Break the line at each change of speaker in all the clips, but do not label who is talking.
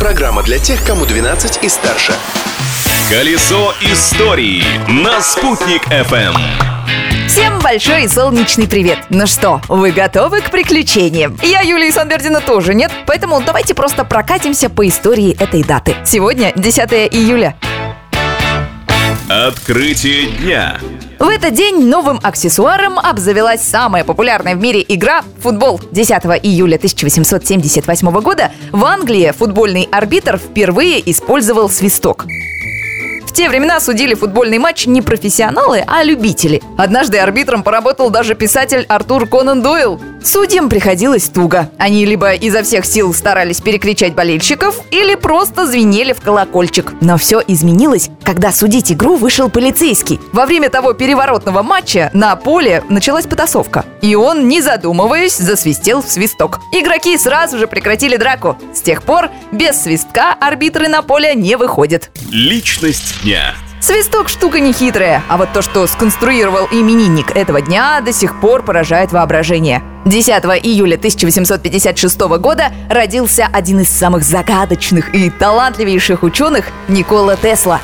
Программа для тех, кому 12 и старше.
Колесо истории на Спутник FM.
Всем большой и солнечный привет! Ну что, вы готовы к приключениям? Я, Юлия Санбердина, тоже нет, поэтому давайте просто прокатимся по истории этой даты. Сегодня 10 июля.
Открытие дня.
В этот день новым аксессуаром обзавелась самая популярная в мире игра – футбол. 10 июля 1878 года в Англии футбольный арбитр впервые использовал свисток. В те времена судили футбольный матч не профессионалы, а любители. Однажды арбитром поработал даже писатель Артур Конан Дойл. Судьям приходилось туго. Они либо изо всех сил старались перекричать болельщиков, или просто звенели в колокольчик. Но все изменилось, когда судить игру вышел полицейский. Во время того переворотного матча на поле началась потасовка. И он, не задумываясь, засвистел в свисток. Игроки сразу же прекратили драку. С тех пор без свистка арбитры на поле не выходят.
Личность дня.
Свисток штука нехитрая, а вот то, что сконструировал именинник этого дня, до сих пор поражает воображение. 10 июля 1856 года родился один из самых загадочных и талантливейших ученых Никола Тесла.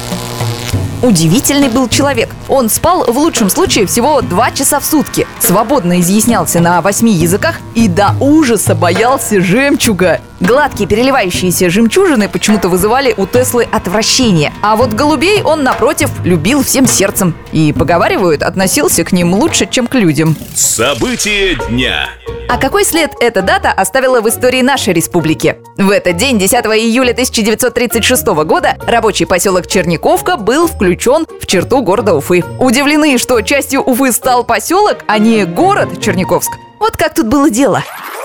Удивительный был человек. Он спал в лучшем случае всего 2 часа в сутки, свободно изъяснялся на 8 языках и до ужаса боялся жемчуга. Гладкие переливающиеся жемчужины почему-то вызывали у Теслы отвращение. А вот голубей он, напротив, любил всем сердцем. И, поговаривают, относился к ним лучше, чем к людям.
События дня.
А какой след эта дата оставила в истории нашей республики? В этот день, 10 июля 1936 года, рабочий поселок Черниковка был включен в черту города Уфы. Удивлены, что частью Уфы стал поселок, а не город Черниковск? Вот как тут было дело.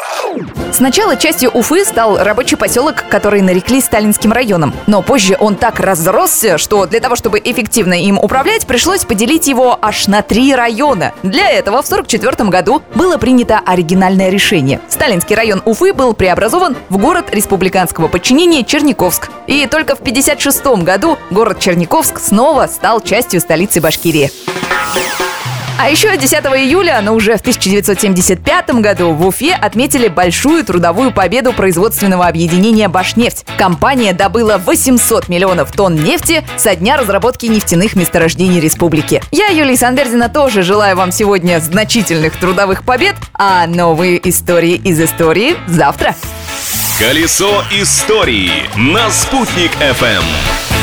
Сначала частью Уфы стал рабочий поселок, который нарекли Сталинским районом. Но позже он так разросся, что для того, чтобы эффективно им управлять, пришлось поделить его аж на 3 района. Для этого в 1944 году было принято оригинальное решение. Сталинский район Уфы был преобразован в город республиканского подчинения Черниковск. И только в 1956 году город Черниковск снова стал частью столицы Башкирии. А еще 10 июля, но уже в 1975 году в Уфе отметили большую трудовую победу производственного объединения «Башнефть». Компания добыла 800 миллионов тонн нефти со дня разработки нефтяных месторождений республики. Я, Юлия Санбердина, тоже желаю вам сегодня значительных трудовых побед, а новые истории из истории завтра.
Колесо истории на Спутник FM.